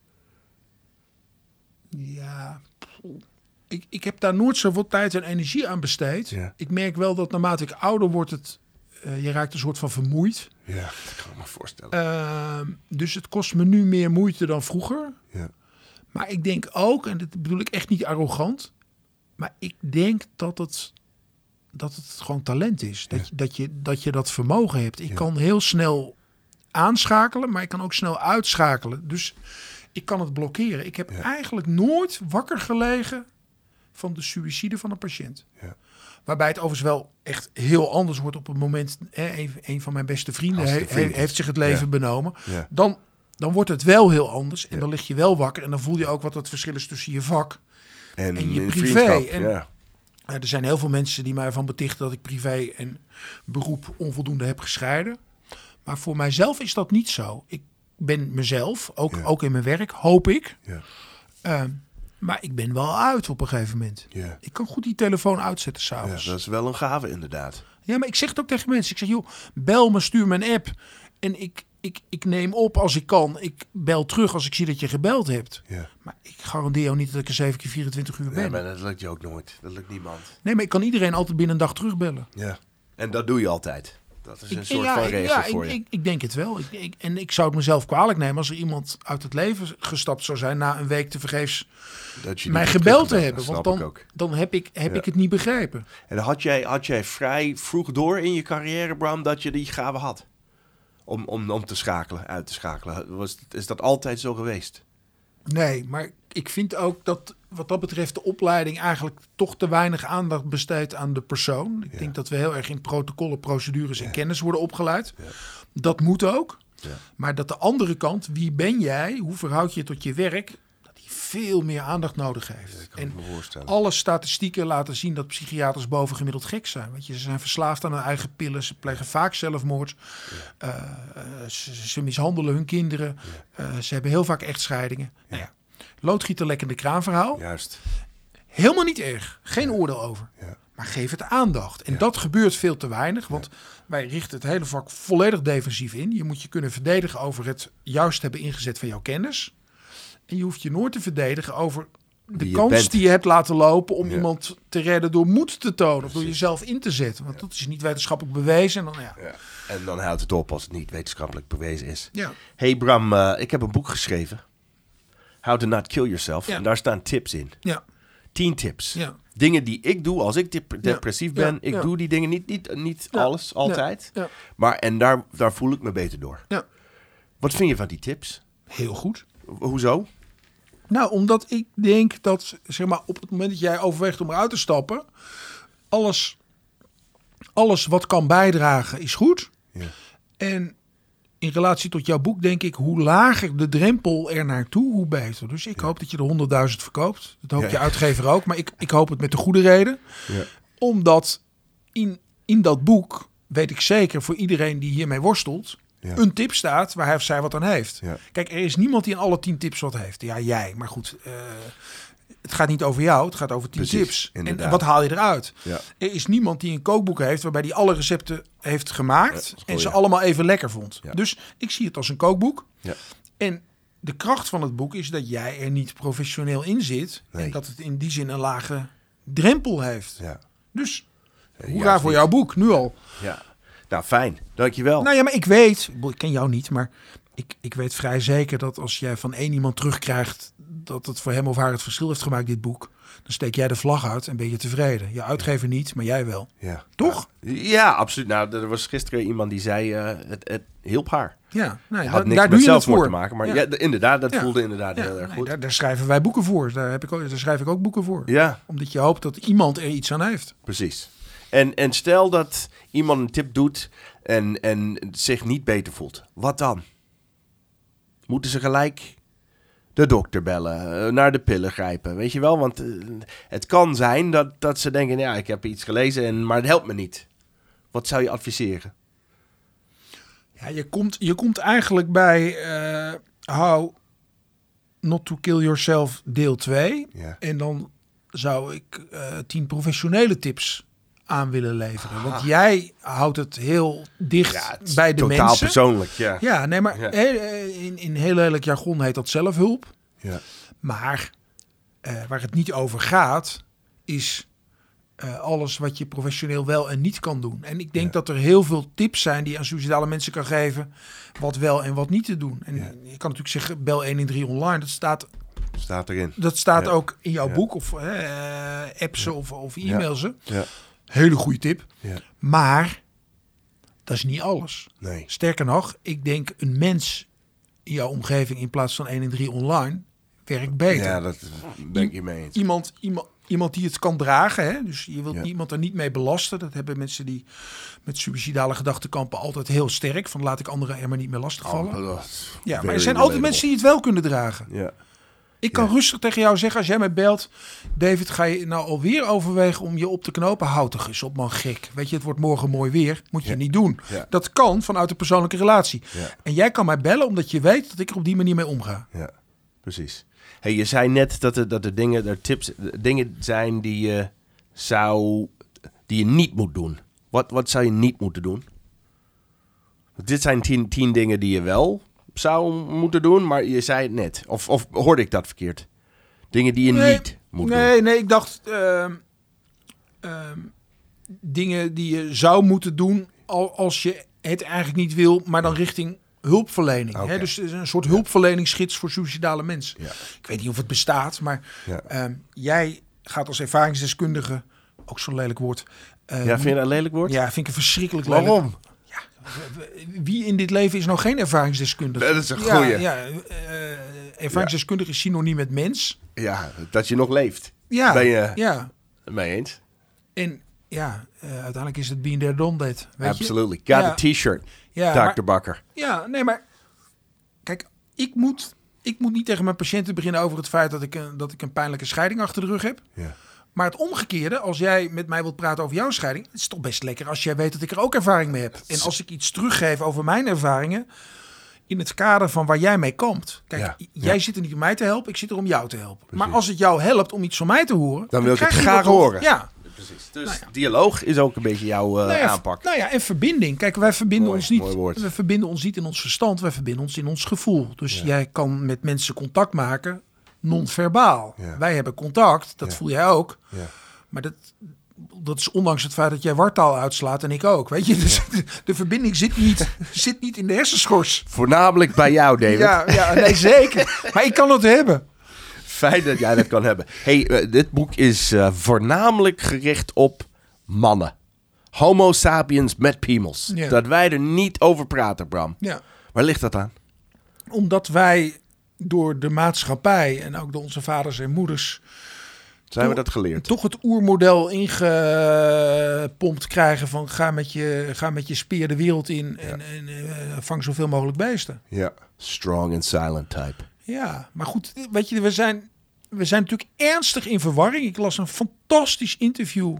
Ja, ik, ik heb daar nooit zoveel tijd en energie aan besteed. Ja. Ik merk wel dat naarmate ik ouder word, het, uh, je raakt een soort van vermoeid. Ja, dat kan ik me voorstellen. Uh, dus het kost me nu meer moeite dan vroeger. Ja. Maar ik denk ook, en dat bedoel ik echt niet arrogant, maar ik denk dat het, dat het gewoon talent is. Dat, ja. je, dat, je, dat je dat vermogen hebt. Ik ja. kan heel snel aanschakelen, maar ik kan ook snel uitschakelen. Dus ik kan het blokkeren. Ik heb ja. eigenlijk nooit wakker gelegen van de suïcide van een patiënt. Ja. Waarbij het overigens wel echt heel anders wordt op het moment. Hè, een van mijn beste vrienden he, he, heeft zich het leven ja. benomen. Ja. Dan, dan wordt het wel heel anders. En ja. dan lig je wel wakker. En dan voel je ook wat het verschil is tussen je vak en, en je privé. En, ja. Er zijn heel veel mensen die mij ervan betichten dat ik privé en beroep onvoldoende heb gescheiden. Maar voor mijzelf is dat niet zo. Ik ben mezelf, ook, ja. ook in mijn werk, hoop ik. Ja. Uh, Maar ik ben wel uit op een gegeven moment. Ja. Ik kan goed die telefoon uitzetten Ja, s'avonds. dat is wel een gave inderdaad. Ja, maar ik zeg het ook tegen mensen. Ik zeg, joh, bel me, stuur me een app. En ik, ik, ik neem op als ik kan. Ik bel terug als ik zie dat je gebeld hebt. Ja. Maar ik garandeer jou niet dat ik er zeven keer vierentwintig uur ben. Ja, maar dat lukt je ook nooit. Dat lukt niemand. Nee, maar ik kan iedereen altijd binnen een dag terugbellen. Ja. En dat doe je altijd. Dat is een Ik, soort ja, van ik- regel ja, voor ik, je. ik, ik denk het wel. Ik, ik, en ik zou het mezelf kwalijk nemen als er iemand uit het leven gestapt zou zijn na een week tevergeefs Dat je mij niet hebt gebeld te teruggebeld. hebben. Dat Want snap ik dan, ook. dan heb, ik, heb Ja. ik het niet begrepen. En had jij, had jij vrij vroeg door in je carrière, Bram, dat je die gave had? Om, om, om te schakelen, uit te schakelen. Was, is dat altijd zo geweest? Nee, maar ik vind ook dat wat dat betreft de opleiding eigenlijk toch te weinig aandacht besteedt aan de persoon. Ik Ja. denk dat we heel erg in protocollen, procedures en Ja. kennis worden opgeleid. Ja. Dat moet ook. Ja. Maar dat de andere kant, wie ben jij, hoe verhoud je je tot je werk, dat die veel meer aandacht nodig heeft. Dat kan En ik me voorstellen. alle statistieken laten zien dat psychiaters bovengemiddeld gek zijn. Want je, ze zijn verslaafd aan hun eigen pillen. Ze plegen vaak zelfmoord. Ja. Uh, uh, ze, ze mishandelen hun kinderen. Ja. Uh, ze hebben heel vaak echtscheidingen. Ja. Nou ja, loodgieterlekkende kraanverhaal. Juist. Helemaal niet erg. Geen ja. oordeel over. Ja. Maar geef het aandacht. En ja. dat gebeurt veel te weinig. Want ja. wij richten het hele vak volledig defensief in. Je moet je kunnen verdedigen over het juist hebben ingezet van jouw kennis. En je hoeft je nooit te verdedigen over de kans bent. die je hebt laten lopen om ja. iemand te redden door moed te tonen. Of door jezelf in te zetten. Want ja. dat is niet wetenschappelijk bewezen. En dan, ja. Ja. En dan houdt het op als het niet wetenschappelijk bewezen is. Ja. Hey Bram, uh, ik heb een boek geschreven. How to Not Kill Yourself. Ja. En daar staan tips in. Ja. Tien tips. Ja. Dingen die ik doe als ik dep- depressief ja. ben. Ja. Ik ja. doe die dingen niet, niet, niet ja. alles, altijd. Ja. Ja. Maar en daar, daar voel ik me beter door. Ja. Wat vind je van die tips? Heel goed. Hoezo? Nou, omdat ik denk dat, zeg maar, op het moment dat jij overweegt om eruit te stappen, alles, alles wat kan bijdragen is goed. Ja. En in relatie tot jouw boek denk ik, hoe lager de drempel er naartoe, hoe beter. Dus ik ja. hoop dat je de honderdduizend verkoopt. Dat hoopt ja. je uitgever ook. Maar ik, ik hoop het met de goede reden. Ja. Omdat in, in dat boek, weet ik zeker, voor iedereen die hiermee worstelt, ja. een tip staat waar hij of zij wat aan heeft. Ja. Kijk, er is niemand die aan alle tien tips wat heeft. Ja, jij. Maar goed, uh, het gaat niet over jou. Het gaat over tien Precies, tips. inderdaad. En wat haal je eruit? Ja. Er is niemand die een kookboek heeft waarbij hij alle recepten heeft gemaakt ja, en ze ja. allemaal even lekker vond. Ja. Dus ik zie het als een kookboek. Ja. En de kracht van het boek is dat jij er niet professioneel in zit. Nee. En dat het in die zin een lage drempel heeft. Ja. Dus Ja, hoera voor jouw boek, nu al. Ja. Nou, fijn. Dankjewel. Nou ja, maar ik weet, ik ken jou niet, maar ik, ik weet vrij zeker dat als jij van één iemand terugkrijgt dat het voor hem of haar het verschil heeft gemaakt, dit boek, dan steek jij de vlag uit en ben je tevreden. Je uitgever niet, maar jij wel. Ja. Toch? Ja, absoluut. Nou, er was gisteren iemand die zei, uh, het, het hielp haar. Ja, nou, had da- niks daar met doe je het zelfmoord voor. te maken, maar ja. ja, d- inderdaad, dat Ja. voelde inderdaad Ja, heel erg nee, goed. daar, daar schrijven wij boeken voor. Daar, heb ik ook, daar schrijf ik ook boeken voor. Ja, Omdat je hoopt dat iemand er iets aan heeft. precies. En, en stel dat iemand een tip doet en, en zich niet beter voelt. Wat dan? Moeten ze gelijk de dokter bellen, uh, naar de pillen grijpen, weet je wel? Want uh, het kan zijn dat, dat ze denken, ja, ik heb iets gelezen, en, maar het helpt me niet. Wat zou je adviseren? Ja, je komt, je komt eigenlijk bij uh, How Not to Kill Yourself deel twee. Ja. En dan zou ik uh, tien professionele tips aan willen leveren. Ah. Want jij houdt het heel dicht Ja, het is bij de totaal mensen. persoonlijk, ja. Ja, nee, maar Ja. in, in heel lelijk jargon heet dat zelfhulp. Ja. Maar uh, waar het niet over gaat, is uh, alles wat je professioneel wel en niet kan doen. En ik denk Ja. dat er heel veel tips zijn die je aan suïcidale mensen kan geven, wat wel en wat niet te doen. En Ja. je kan natuurlijk zeggen, bel een een drie online. Dat staat, Staat erin. dat staat Ja. ook in jouw Ja. boek, of uh, app ze Ja. of, of e-mail ze. Ja. Hele goede tip. Ja. Maar dat is niet alles. Nee. Sterker nog, ik denk een mens in jouw omgeving in plaats van een en drie online werkt beter. Ja, dat ben ik je mee eens. Iemand, iemand, iemand die het kan dragen. Hè? Dus je wilt Ja. niemand er niet mee belasten. Dat hebben mensen die met suïcidale gedachten kampen altijd heel sterk. Van laat ik anderen er maar niet mee lastigvallen. Oh, dat is ja, maar very er zijn altijd relatable. mensen die het wel kunnen dragen. Ja. Ik kan Ja. rustig tegen jou zeggen als jij mij belt. David, ga je nou alweer overwegen om je op te knopen? Houd toch eens op, man, gek. Weet je, het wordt morgen mooi weer. Moet je Ja. niet doen. Ja. Dat kan vanuit de persoonlijke relatie. Ja. En jij kan mij bellen omdat je weet dat ik er op die manier mee omga. Ja, precies. Hey, je zei net dat er, dat er dingen, er tips, dingen zijn die je zou, die je niet moet doen. Wat, wat zou je niet moeten doen? Dit zijn tien, tien dingen die je wel zou moeten doen, maar je zei het net. Of, of hoorde ik dat verkeerd? Dingen die je nee, niet moet nee, doen. Nee, ik dacht uh, uh, dingen die je zou moeten doen al, als je het eigenlijk niet wil, maar dan richting hulpverlening. Okay. Hè? Dus het is een soort hulpverleningsgids voor suïcidale mensen. Ja. Ik weet niet of het bestaat, maar Ja. uh, jij gaat als ervaringsdeskundige, ook zo'n lelijk woord. Uh, Ja, vind je dat een lelijk woord? Ja, vind ik een verschrikkelijk Waarom? lelijk. Ja, wie in dit leven is nou geen ervaringsdeskundige? Dat is een goeie. Ja, ja, uh, ervaringsdeskundige ja. is synoniem met mens. Ja, dat je nog leeft. Ja, ben je ja. mee eens? En ja, uh, uiteindelijk is het been there, done that. Absolutely. Got ja. a t-shirt, ja, dokter Bakker. Ja, nee, maar kijk, ik moet, ik moet niet tegen mijn patiënten beginnen over het feit dat ik een, dat ik een pijnlijke scheiding achter de rug heb. Ja. Maar het omgekeerde, als jij met mij wilt praten over jouw scheiding, het is toch best lekker als jij weet dat ik er ook ervaring mee heb. En als ik iets teruggeef over mijn ervaringen in het kader van waar jij mee komt. Kijk, ja, jij ja. zit er niet om mij te helpen, ik zit er om jou te helpen. Precies. Maar als het jou helpt om iets van mij te horen, dan wil ik het graag horen. Ja. Precies. Dus nou ja. dialoog is ook een beetje jouw uh, nou ja, aanpak. Nou ja, en verbinding. Kijk, wij verbinden mooi, ons niet. We verbinden ons niet in ons verstand, wij verbinden ons in ons gevoel. Dus ja. jij kan met mensen contact maken non-verbaal. Ja. Wij hebben contact, dat ja. voel jij ook. Ja. Maar dat, dat is ondanks het feit dat jij wartaal uitslaat en ik ook. Weet je, dus ja. de, de verbinding zit niet, zit niet in de hersenschors. Voornamelijk bij jou, David. Ja, ja nee, zeker. Maar ik kan het hebben. Fijn dat jij dat kan hebben. Hey, uh, dit boek is uh, voornamelijk gericht op mannen. Homo sapiens met piemels. Ja. Dat wij er niet over praten, Bram. Ja. Waar ligt dat aan? Omdat wij door de maatschappij en ook door onze vaders en moeders... Zijn we dat geleerd? Toch het oermodel ingepompt krijgen van ga met je, ga met je speer de wereld in en, ja. en uh, vang zoveel mogelijk beesten. Ja, strong and silent type. Ja, maar goed, weet je, we zijn, we zijn natuurlijk ernstig in verwarring. Ik las een fantastisch interview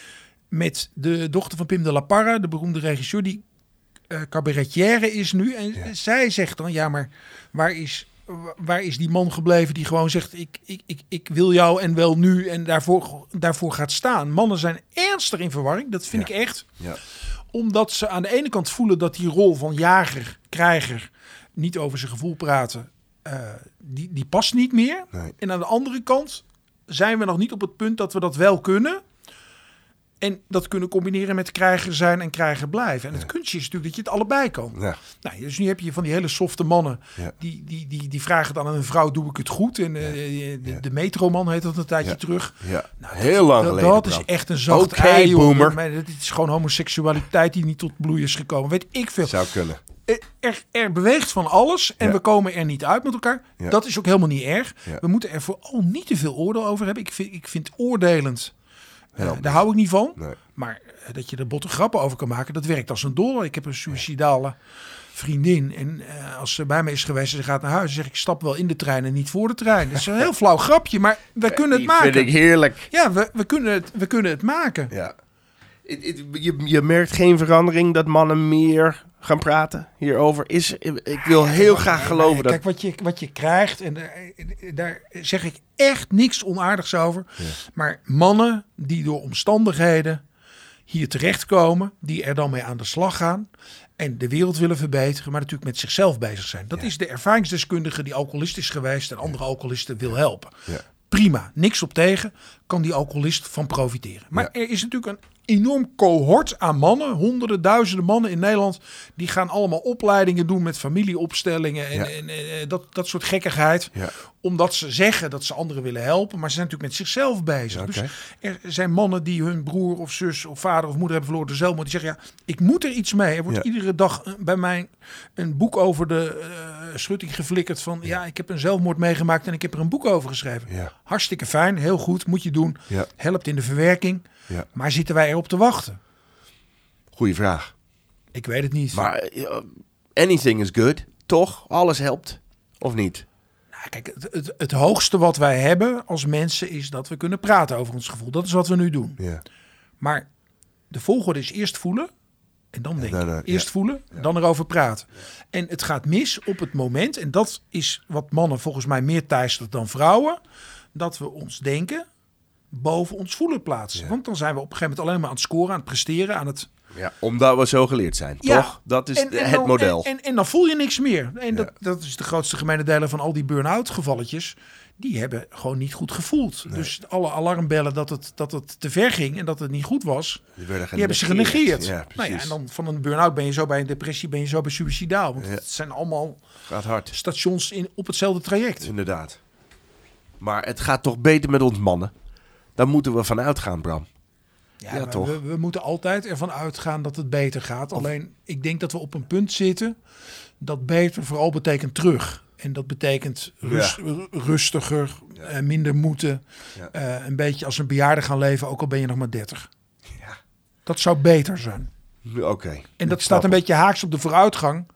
met de dochter van Pim de la Parra, de beroemde regisseur, die uh, cabaretière is nu. En ja. zij zegt dan, ja, maar waar is... Waar is die man gebleven die gewoon zegt... Ik, ik, ik, ik wil jou en wel nu en daarvoor, daarvoor gaat staan. Mannen zijn ernstig in verwarring. Dat vind ja. ik echt. Ja. Omdat ze aan de ene kant voelen dat die rol van jager, krijger... niet over zijn gevoel praten... Uh, die, die past niet meer. Nee. En aan de andere kant zijn we nog niet op het punt dat we dat wel kunnen... En dat kunnen combineren met krijger zijn en krijger blijven. En het ja. kunstje is natuurlijk dat je het allebei kan. Ja. Nou, dus nu heb je van die hele softe mannen... Ja. Die, die, die, die vragen dan aan een vrouw, doe ik het goed? En uh, ja. de, de, de metroman heet dat een tijdje ja. terug. Ja. Nou, heel lang geleden. Dat, dat is echt een zacht okay, ei. Boomer. Het is gewoon homoseksualiteit die niet tot bloei is gekomen. Weet ik veel. Zou kunnen. Er, er beweegt van alles en ja. we komen er niet uit met elkaar. Ja. Dat is ook helemaal niet erg. Ja. We moeten er vooral niet te veel oordeel over hebben. Ik vind, ik vind oordelend... Uh, daar hou ik niet van. Nee. Maar uh, dat je er botte grappen over kan maken, dat werkt als een dolle. Ik heb een suïcidale vriendin. En uh, als ze bij me is geweest en ze gaat naar huis, dan zeg ik, stap wel in de trein en niet voor de trein. Dat is een heel flauw grapje, maar we kunnen het Die maken. Vind ik heerlijk. Ja, we, we, kunnen, het, we kunnen het maken. Ja. It, it, je, je merkt geen verandering dat mannen meer gaan praten hierover. Is, ik wil heel graag nee, geloven nee, dat... Kijk, wat je, wat je krijgt, en daar, daar zeg ik echt niks onaardigs over. Ja. Maar mannen die door omstandigheden hier terechtkomen, die er dan mee aan de slag gaan en de wereld willen verbeteren, maar natuurlijk met zichzelf bezig zijn. Dat ja. is de ervaringsdeskundige die alcoholist is geweest en andere ja. alcoholisten wil helpen. Ja. Prima, niks op tegen, kan die alcoholist van profiteren. Maar ja. er is natuurlijk een enorm cohort aan mannen, honderden, duizenden mannen in Nederland, die gaan allemaal opleidingen doen met familieopstellingen en, ja. en, en, en dat, dat soort gekkigheid. Ja. Omdat ze zeggen dat ze anderen willen helpen, maar ze zijn natuurlijk met zichzelf bezig. Ja, okay. Dus er zijn mannen die hun broer of zus of vader of moeder hebben verloren door zelfmoord. Die zeggen, ja, ik moet er iets mee. Er wordt ja. iedere dag bij mij een boek over de uh, schutting geflikkerd van, ja. ja, ik heb een zelfmoord meegemaakt en ik heb er een boek over geschreven. Ja. Hartstikke fijn, heel goed, moet je doen. Ja. Helpt in de verwerking. Ja. Maar zitten wij erop te wachten? Goeie vraag. Ik weet het niet. Maar uh, anything is good, toch? Alles helpt, of niet? Nou, kijk, het, het, het hoogste wat wij hebben als mensen is dat we kunnen praten over ons gevoel. Dat is wat we nu doen. Ja. Maar de volgorde is eerst voelen En dan denken. En dan, uh, Eerst ja. voelen, Ja. dan erover praten. En het gaat mis op het moment, en dat is wat mannen volgens mij meer teistert dan vrouwen, dat we ons denken boven ons voelen plaatsen. Ja. Want dan zijn we op een gegeven moment alleen maar aan het scoren, aan het presteren, aan het... Ja, omdat we zo geleerd zijn, Ja. toch? Dat is En, en het dan, model. En, en, en dan voel je niks meer. En Ja. dat, dat is de grootste gemene deler van al die burn-out gevalletjes. Die hebben gewoon niet goed gevoeld. Nee. Dus alle alarmbellen dat het, dat het te ver ging en dat het niet goed was, Die, werden die hebben ze genegeerd. Ja, nou ja, precies. en dan van een burn-out ben je zo bij een depressie, ben je zo bij suicidaal. Want Ja. het zijn allemaal Gaat hard. stations in, op hetzelfde traject. Inderdaad. Maar het gaat toch beter met ons mannen? Daar moeten we van uitgaan, Bram. Ja, Ja, we, toch? We, we moeten altijd ervan uitgaan dat het beter gaat. Of- Alleen, ik denk dat we op een punt zitten dat beter vooral betekent terug. En dat betekent rust, rustiger, Ja. eh, minder moeten. Ja. eh, een beetje als een bejaarde gaan leven, ook al ben je nog maar dertig. Ja. Dat zou beter zijn. Oké. Okay. En dat staat een beetje haaks op de vooruitgang.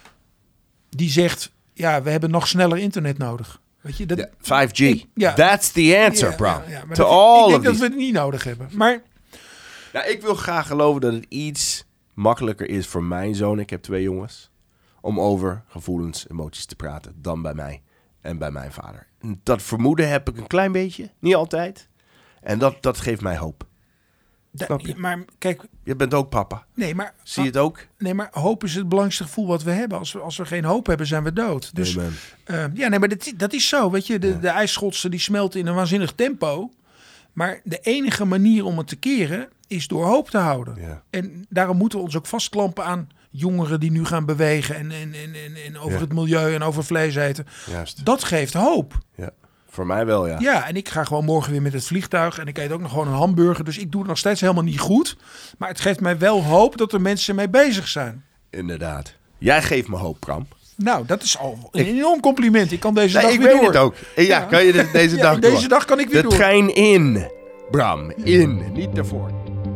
Die zegt, ja, we hebben nog sneller internet nodig. Weet je, dat, Ja, vijf G. Ik- ja. That's the answer, Ja, Bram. ja, ja, maar to dat- all ik denk of dat these. we het niet nodig hebben. Maar Nou, ik wil graag geloven dat het iets makkelijker is voor mijn zoon. Ik heb twee jongens. Om over gevoelens, emoties te praten dan bij mij en bij mijn vader. Dat vermoeden heb ik een klein beetje. Niet altijd. En dat, dat geeft mij hoop. da- Snap je? maar kijk, Je bent ook papa. nee, maar Zie je het ook? Nee, maar hoop is het belangrijkste gevoel wat we hebben. Als we, als we geen hoop hebben, zijn we dood. Dus Amen. uh, ja, nee, maar dat, dat is zo. Weet je, de, Ja. de ijsschotsen die smelten in een waanzinnig tempo. Maar de enige manier om het te keren is door hoop te houden. Ja. En daarom moeten we ons ook vastklampen aan jongeren die nu gaan bewegen. En, en, en, en, en over Ja. het milieu en over vlees eten. Juist. Dat geeft hoop. Ja. Voor mij wel, ja. Ja, en ik ga gewoon morgen weer met het vliegtuig. En ik eet ook nog gewoon een hamburger. Dus ik doe het nog steeds helemaal niet goed. Maar het geeft mij wel hoop dat er mensen mee bezig zijn. Inderdaad. Jij geeft me hoop, Bram. Nou, dat is al een enorm compliment. Ik kan deze Nee, dag ik weer weet door. het ook. Ja, Ja. kan je de- deze Ja, dag deze door. dag kan ik weer De door. trein in, Bram. In, niet daarvoor.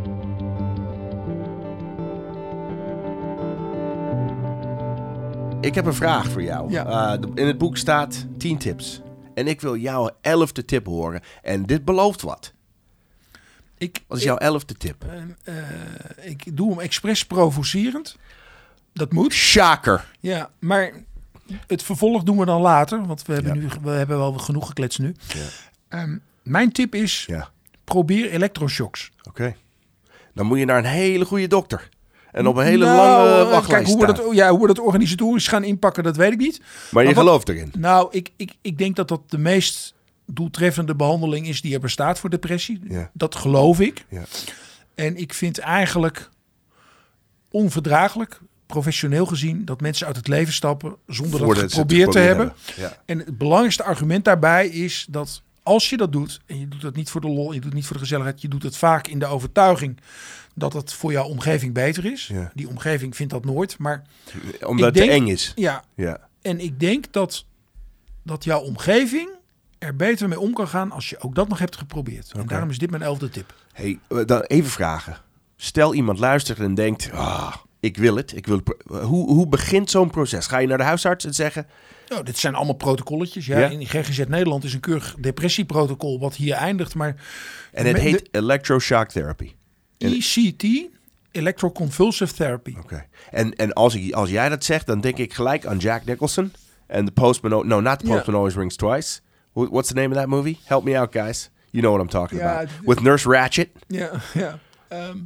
Ik heb een vraag voor jou. Ja. Uh, de- in het boek staat tien tips. En ik wil jouw elfde tip horen. En dit belooft wat. Ik, Wat is jouw elfde tip? eh, eh, ik doe hem expres provocerend. Dat moet. Shaker. Ja, maar het vervolg doen we dan later. Want we hebben, Ja. nu, we hebben wel genoeg gekletst nu. Ja. Ehm, mijn tip is, Ja, probeer elektroshocks. oké. Dan moet je naar een hele goede dokter. En op een hele Nou, lange eh, wachtlijst Kijk, hoe we, staan. dat, ja, hoe we dat organisatorisch gaan inpakken, dat weet ik niet. Maar je maar wat- gelooft erin. Nou, ik, ik, ik denk dat dat de meest doeltreffende behandeling is die er bestaat voor depressie. Ja. Dat geloof ik. Ja. En ik vind eigenlijk onverdraaglijk, professioneel gezien, dat mensen uit het leven stappen zonder dat Voordat ze het geprobeerd te hebben. Ja. En het belangrijkste argument daarbij is dat als je dat doet, en je doet dat niet voor de lol, je doet het niet voor de gezelligheid, je doet het vaak in de overtuiging dat het voor jouw omgeving beter is. Ja. Die omgeving vindt dat nooit, maar Omdat Ik het denk- te eng is. ja, Ja. en ik denk dat, dat jouw omgeving er beter mee om kan gaan als je ook dat nog hebt geprobeerd. En Oké. daarom is dit mijn elfde tip. Hey, eh, dan even vragen. Stel iemand luistert en denkt, ah, ik wil het. Ik wil het pro- hoe, hoe begint zo'n proces? Ga je naar de huisarts en zeggen, Oh, dit zijn allemaal protocolletjes. Ja, Ja. In G G Z Nederland is een keurig depressieprotocol wat hier eindigt. Maar en het de- heet electroshock therapy. E C T, Electroconvulsive Therapy. Oké. En, en als, ik, als jij dat zegt, dan denk ik gelijk aan Jack Nicholson. En The Postman, no, no, not The Ja. Postman Always Rings Twice. Wh- What's the name of that movie? Help me out, guys. You know what I'm talking Ja, about. het- With Nurse Ratched. Ja, ja. Ehm,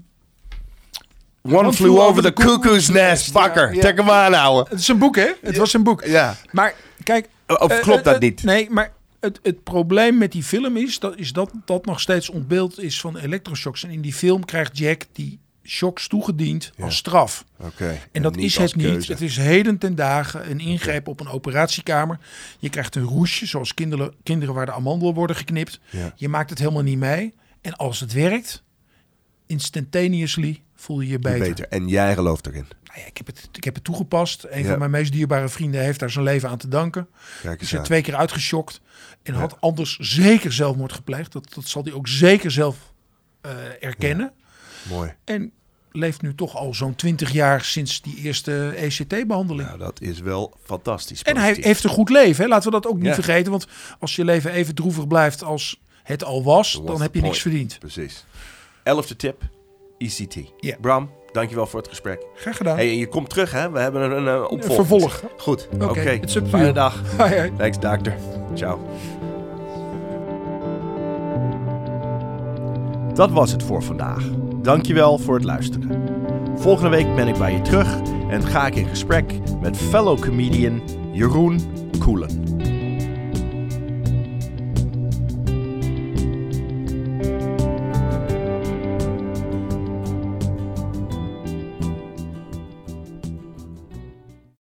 One, flew over the cuckoo's nest. Ja, Fucker. ja. Take hem aan, ouwe. het is een boek, hè? Het was een boek. Ja. Maar kijk... Of eh, klopt eh, dat eh, niet? Nee, maar het, het probleem met die film is dat, is dat dat nog steeds ontbeeld is van elektroshocks. En in die film krijgt Jack die shocks toegediend Ja. als straf. Oké. En dat is als het niet. keuze. Het is heden ten dagen een ingreep op een operatiekamer. Je krijgt een roesje, zoals kinderen, kinderen waar de amandelen worden geknipt. Ja. Je maakt het helemaal niet mee. En als het werkt, instantaneously voel je je beter. Beter. En jij gelooft erin. Nou ja, ik, heb het, ik heb het toegepast. Een Ja. van mijn meest dierbare vrienden heeft daar zijn leven aan te danken. Kijk Is eens er aan. twee keer uitgeschokt. En Ja. had anders zeker zelfmoord gepleegd. Dat, dat zal hij ook zeker zelf eh, erkennen. Mooi. En leeft nu toch al zo'n twintig jaar sinds die eerste E C T-behandeling. Nou, dat is wel fantastisch. En hij positief. heeft een goed leven. Hè? Laten we dat ook niet Ja. vergeten. Want als je leven even droevig blijft als het al was, Was dan the heb je niks point. verdiend. Precies. Elfde tip. E C T. Ja. Bram, dankjewel voor het gesprek. Graag gedaan. Hey, en je komt terug, hè? We hebben een, een uh, opvolging. Vervolg. Goed, oké. Oké, Okay. it's up to Fijne you. dag. Hoi, hoi. Thanks, dokter. Ciao. Dat was het voor vandaag. Dankjewel voor het luisteren. Volgende week ben ik bij je terug en ga ik in gesprek met fellow comedian Jeroen Koelen.